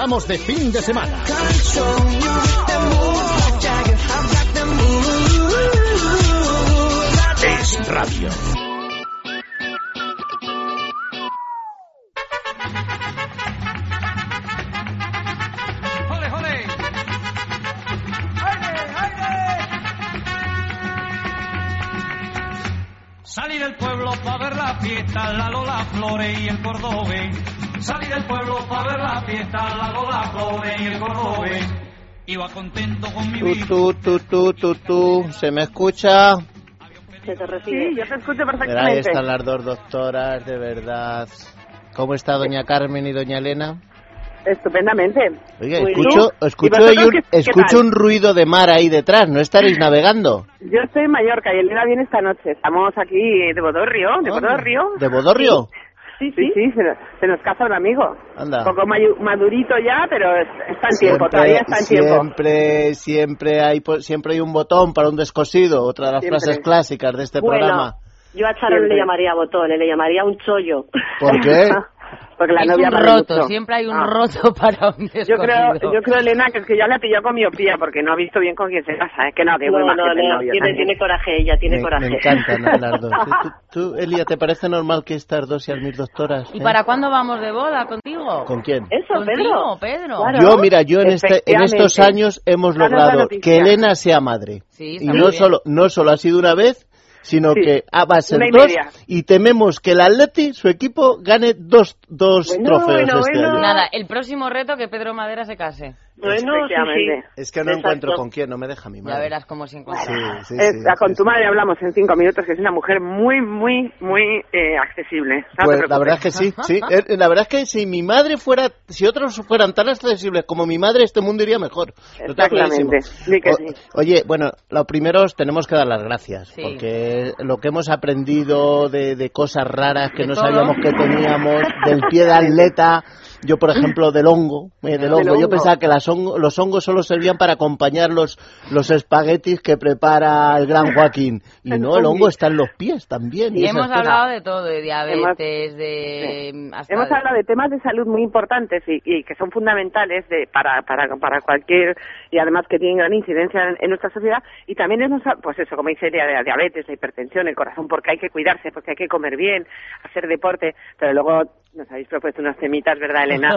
estamos de fin de semana. Es radio. Salí del pueblo pa' ver la fiesta, la Lola Flores y el cordobés. Salí del pueblo pa' ver la fiesta, la Lola Flores y el cordobés. Iba contento con mi vida. ¿Se me escucha? Se te recibe. Sí, yo te escucho perfectamente. Pero ahí están las dos doctoras, de verdad. ¿Cómo está doña Carmen y doña Elena? Estupendamente. Oiga, Muy escucho un ruido de mar ahí detrás, ¿no estaréis navegando? Yo estoy en Mallorca y Elena viene esta noche. Estamos aquí de Bodorrio. ¿De Bodorrio? ¿De Bodorrio? Sí, se nos casa un amigo. Anda. Un poco madurito ya, pero está en tiempo, todavía está en tiempo. Siempre hay un botón para un descosido, otra de las frases clásicas de este programa. Yo a Charo no le llamaría botón, le llamaría un chollo. ¿Por qué? Porque la es novia un roto, mucho. Siempre hay un roto para un descosido. Yo creo, Elena, que es que ya le ha pillado con miopía, porque no ha visto bien con quién se casa. Es que no, que muy mal que el novio tiene coraje ella, tiene coraje. Me encantan las dos. ¿Tú, Elia, te parece normal que estas dos sean mis doctoras? ¿Y para cuándo vamos de boda? ¿Contigo? ¿Con quién? Eso, Pedro. Claro. Yo en estos años hemos logrado que Elena sea madre. Sí, y no solo ha sido una vez, sino que va a ser dos, y tememos que el Atleti, su equipo, gane dos trofeos este año. Nada, el próximo reto, que Pedro Madera se case. Bueno, sí. Es que no encuentro con quién, no me deja mi madre. Ya verás cómo se encuentra. Con tu madre hablamos en 5 minutos, que es una mujer muy, muy, muy accesible. Pues la verdad es que sí. La verdad es que si otros fueran tan accesibles como mi madre, este mundo iría mejor. Exactamente. Oye, bueno, lo primero tenemos que dar las gracias, porque lo que hemos aprendido de cosas raras que no sabíamos que teníamos, del pie de atleta. Yo, por ejemplo, del hongo. Yo pensaba que los hongos solo servían para acompañar los espaguetis que prepara el gran Joaquín. Y no, el hongo está en los pies también. Y hemos hablado de todo, de diabetes, hemos hablado de temas de salud muy importantes y que son fundamentales para cualquier, y además que tienen gran incidencia en nuestra sociedad. Y también pues eso, como dice, de la diabetes, la hipertensión, el corazón, porque hay que cuidarse, porque hay que comer bien, hacer deporte. Pero luego nos habéis propuesto unas temitas, ¿verdad, Elena?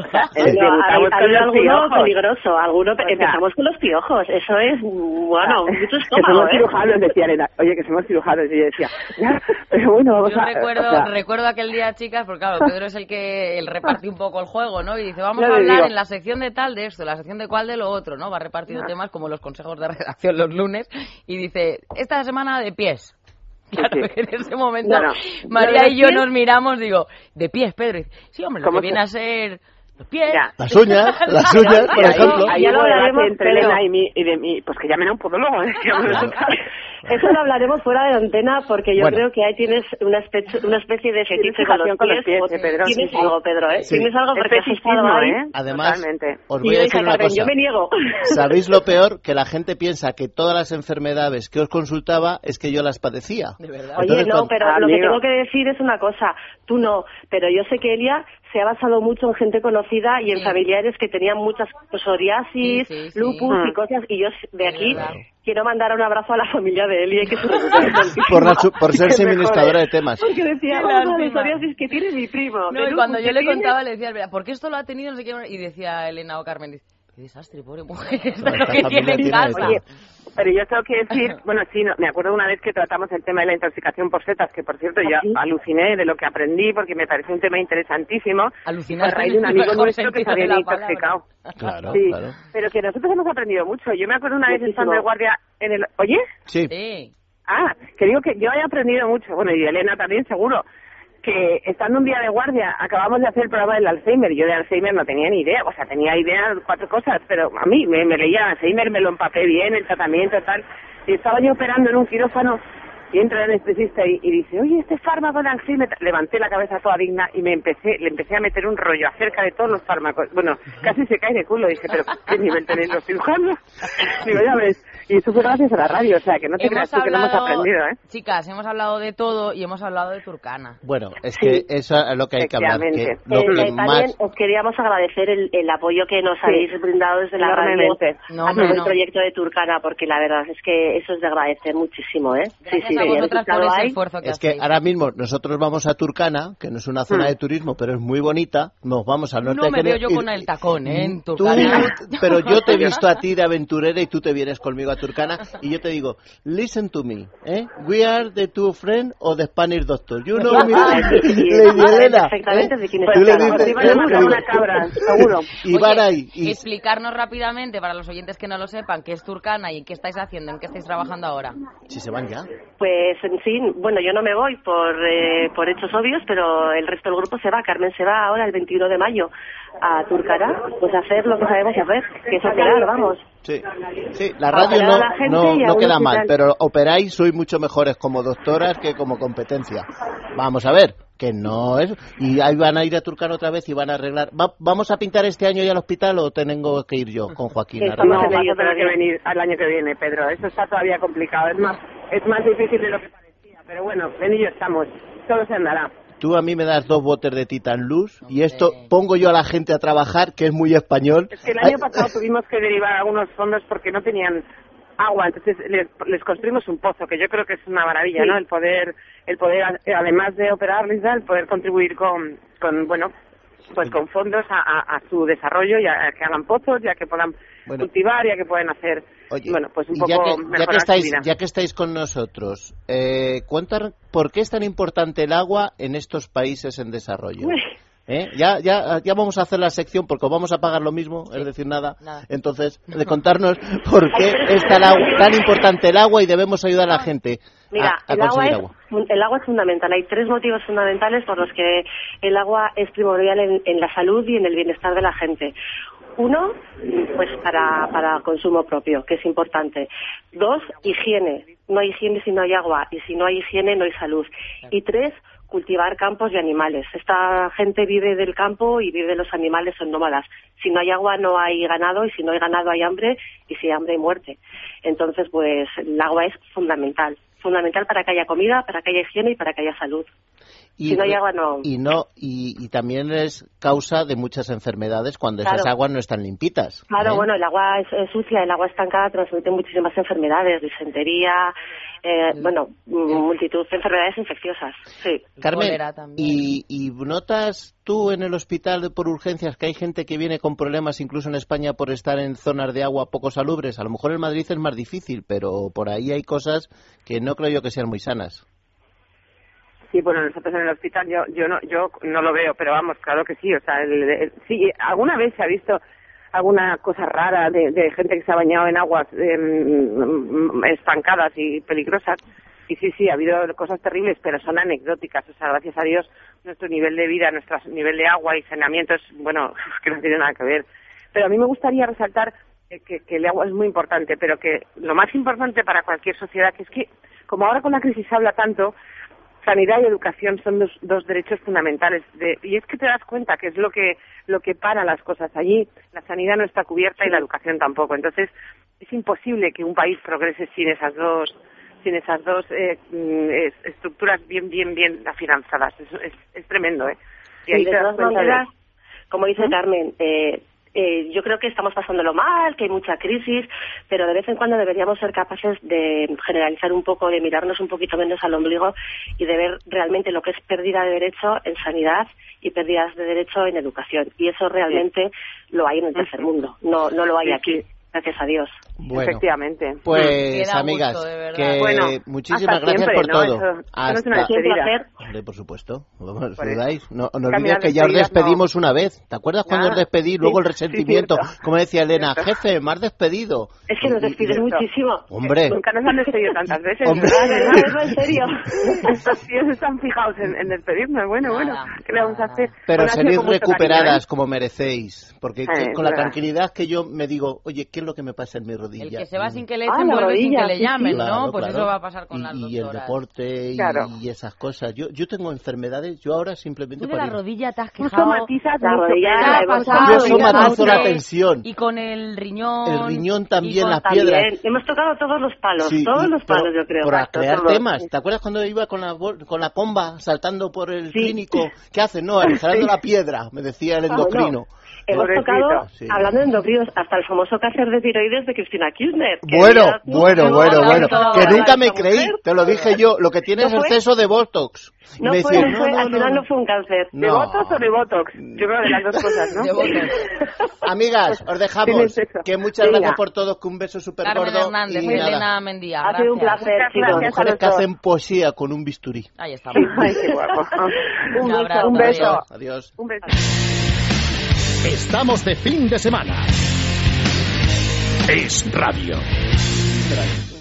Hay alguno peligroso, empezamos con los piojos, eso es, bueno, mucho estómago, que somos cirujanos, decía Elena, oye, que somos cirujanos, y yo decía, pero bueno, vamos recuerdo aquel día, chicas, porque claro, Pedro es el que repartió un poco el juego, ¿no? Y dice, vamos a hablar en la sección de tal de esto, la sección de cual de lo otro, ¿no? Va repartiendo temas como los consejos de redacción los lunes, y dice, esta semana de pies. Claro, que en ese momento María y yo nos miramos, digo, de pies, Pedro. Sí, hombre, lo que viene a ser los pies. Las uñas, por ejemplo. Ahí lo hablaremos entre Elena y de mí, pues que llamen a un podólogo. Eso lo hablaremos fuera de la antena, porque yo creo que ahí tienes una especie de fetiche con los pies, Pedro. Tienes algo, Pedro, Sí. Tienes algo porque has estado ahí. Además, totalmente. Os voy a decir una cosa. Yo me niego. ¿Sabéis lo peor? Que la gente piensa que todas las enfermedades que os consultaba es que yo las padecía. De verdad. Oye, no, pero lo que tengo que decir es una cosa. Tú no, pero yo sé que Elia se ha basado mucho en gente conocida y en familiares que tenían muchas psoriasis, lupus y cosas, y yo de aquí quiero mandar un abrazo a la familia de Elia, que se por ser suministradora de temas. Porque decía, la psoriasis que tiene mi primo. No, y cuando yo le contaba, le decía, ¿por qué esto lo ha tenido? No sé qué, y decía Elena o Carmen, qué desastre, pobre mujer, esto es lo que tiene en casa. Oye, pero yo tengo que decir, me acuerdo una vez que tratamos el tema de la intoxicación por setas, que por cierto yo aluciné de lo que aprendí, porque me pareció un tema interesantísimo. Alucinar. A raíz de un amigo nuestro que se había intoxicado. Claro. Pero que nosotros hemos aprendido mucho. Yo me acuerdo una vez estando de guardia en el... ¿Oye? Sí. Que digo que yo he aprendido mucho, bueno, y Elena también seguro, que estando un día de guardia acabamos de hacer el programa del Alzheimer. Yo de Alzheimer no tenía ni idea, tenía idea de 4 cosas, pero a mí me leía Alzheimer, me lo empapé bien, el tratamiento y tal, y estaba yo operando en un quirófano y entra el anestesista y dice, oye, este fármaco de Alzheimer, levanté la cabeza toda digna y le empecé a meter un rollo acerca de todos los fármacos. Bueno, casi se cae de culo, dije, pero ¿qué nivel tenéis los cirujanos? Digo, ya ves, Y eso fue gracias a la radio, o sea, que no te creas tú que no hemos aprendido, ¿eh? Chicas, hemos hablado de todo y hemos hablado de Turkana. Bueno, es que eso es lo que hay que hablar. Que lo que también más... os queríamos agradecer el apoyo que nos habéis brindado desde la radio a todo el proyecto de Turkana, porque la verdad es que eso es de agradecer muchísimo, ¿eh? Gracias a vosotras por ese esfuerzo que hacéis. Es que ahora mismo nosotros vamos a Turkana, que no es una zona de turismo, pero es muy bonita, nos vamos al norte. No me veo yo con el tacón, en Turkana. Pero yo te he visto a ti de aventurera y tú te vienes conmigo a Turkana y yo te digo, listen to me, we are the two friends of the Spanish doctor. You know me, Lady Elena. Perfectamente de quién Tú le estás una cabra, seguro. Y van ahí. Explicarnos rápidamente, para los oyentes que no lo sepan, qué es Turkana y qué estáis haciendo, en qué estáis trabajando ahora. Si se van ya. Pues en fin, bueno, yo no me voy por hechos obvios, pero el resto del grupo se va. Carmen se va ahora el 21 de mayo a Turkana, pues a hacer lo que sabemos hacer, que es operar, vamos. Sí, la radio no queda mal, pero operáis, sois mucho mejores como doctoras que como competencia. Vamos a ver, que no es... Y ahí van a ir a Turkana otra vez y van a arreglar... ¿Vamos a pintar este año ya al hospital o tengo que ir yo con Joaquín? No, vas a tener que venir al año que viene, Pedro. Eso está todavía complicado. Es más difícil de lo que parecía. Pero bueno, ven y yo estamos. Todo se andará. Tú a mí me das 2 botes de Titan Luz y esto pongo yo a la gente a trabajar, que es muy español. Es que el año pasado tuvimos que derivar algunos fondos porque no tenían agua, entonces les construimos un pozo, que yo creo que es una maravilla, ¿no? El poder además de operarles, el poder contribuir con bueno, pues con fondos a su desarrollo, ya que hagan pozos, ya que puedan cultivar, ya que puedan hacer, bueno, pues un poco mejorar su vida. Ya que estáis con nosotros, ¿por qué es tan importante el agua en estos países en desarrollo? Ya vamos a hacer la sección porque os vamos a pagar lo mismo, es decir, nada. Entonces, de contarnos por qué es tan importante el agua y debemos ayudar a la gente a conseguir agua. El agua es fundamental. Hay 3 motivos fundamentales por los que el agua es primordial en la salud y en el bienestar de la gente. 1, pues para consumo propio, que es importante. 2, higiene. No hay higiene si no hay agua, y si no hay higiene no hay salud. Y 3, cultivar campos y animales. Esta gente vive del campo y vive de los animales, son nómadas. Si no hay agua no hay ganado, y si no hay ganado hay hambre, y si hay hambre hay muerte. Entonces, pues el agua es fundamental para que haya comida, para que haya higiene y para que haya salud. Si no hay agua no. Y también es causa de muchas enfermedades cuando esas aguas no están limpitas. Claro, bueno, el agua es sucia, el agua estancada transmite muchísimas enfermedades, disentería, multitud de enfermedades infecciosas. Sí. Carmen, ¿y notas tú en el hospital por urgencias que hay gente que viene con problemas incluso en España por estar en zonas de agua poco salubres? A lo mejor en Madrid es más difícil, pero por ahí hay cosas que no creo yo que sean muy sanas. Sí, bueno, nosotros en el hospital yo no lo veo, pero vamos, claro que sí, o sea, sí, alguna vez se ha visto alguna cosa rara de gente que se ha bañado en aguas estancadas y peligrosas, y sí, ha habido cosas terribles, pero son anecdóticas, o sea, gracias a Dios, nuestro nivel de vida, nuestro nivel de agua y saneamiento es, bueno, que no tiene nada que ver. Pero a mí me gustaría resaltar que el agua es muy importante, pero que lo más importante para cualquier sociedad, que es que, como ahora con la crisis se habla tanto, sanidad y educación son dos derechos fundamentales, y es que te das cuenta que es lo que para las cosas allí. La sanidad no está cubierta y la educación tampoco. Entonces es imposible que un país progrese sin esas dos estructuras bien afianzadas. Es tremendo, y ahí de todas maneras, como dice Carmen, yo creo que estamos pasándolo mal, que hay mucha crisis, pero de vez en cuando deberíamos ser capaces de generalizar un poco, de mirarnos un poquito menos al ombligo y de ver realmente lo que es pérdida de derecho en sanidad y pérdidas de derecho en educación. Y eso realmente lo hay en el tercer mundo, no lo hay aquí. Gracias a Dios. Bueno, efectivamente. Pues, amigas, muchísimas gracias por todo. Eso no es un placer. Hombre, por supuesto. No olvides que ya os despedimos una vez. ¿Te acuerdas cuando os despedí? Luego el resentimiento. Como decía Elena, jefe, me has despedido. Es que nos despides muchísimo. Hombre. Nunca nos han despedido tantas veces. Hombre. No, en serio. Estos tíos están fijados en despedirnos. Bueno, ¿qué le vamos a hacer? Pero salid recuperadas como merecéis. Porque con la tranquilidad que yo me digo, oye, ¿qué ¿qué es lo que me pasa en mi rodilla? El que se va sin que le echen, vuelve sin que le llamen, claro, ¿no? Pues claro. eso va a pasar con las doctoras. Y el deporte y esas cosas. Yo tengo enfermedades, yo ahora simplemente... Tú de la rodilla te has Tú quejado. somatizas La mucho, rodilla ¿qué la ha hemos pasado? Yo somatizo la tensión. Y con el riñón. El riñón también, las También. piedras. Hemos tocado todos los palos, Sí, todos los pero palos, yo creo. Por crear Todos. temas. ¿Te acuerdas cuando iba con la comba saltando por el clínico? ¿Qué hace? No, jalando la piedra, me decía el endocrino. Hemos tocado, Sí. hablando de endocrinos, hasta el famoso cáncer de tiroides de Cristina Kirchner. Bueno, No, que nunca me esa creí, mujer. te lo dije yo, lo que tiene es exceso de Botox. No Me fue, decía, al final no fue un cáncer. ¿De Botox o de Botox? Yo creo de las dos cosas, ¿no? De Botox. Amigas, os dejamos. Tienes eso. Que muchas Venga. gracias por todo, que un beso súper Carmen gordo. Hernández, Y nada, Elena Mendía. Ha sido un gracias. placer, Muchas chicos. gracias. mujeres que a los hacen poesía con un bisturí. Ahí estamos. Ay, qué guapo. Un abrazo. Un beso. Adiós. Un beso. Estamos de fin de semana. Es radio.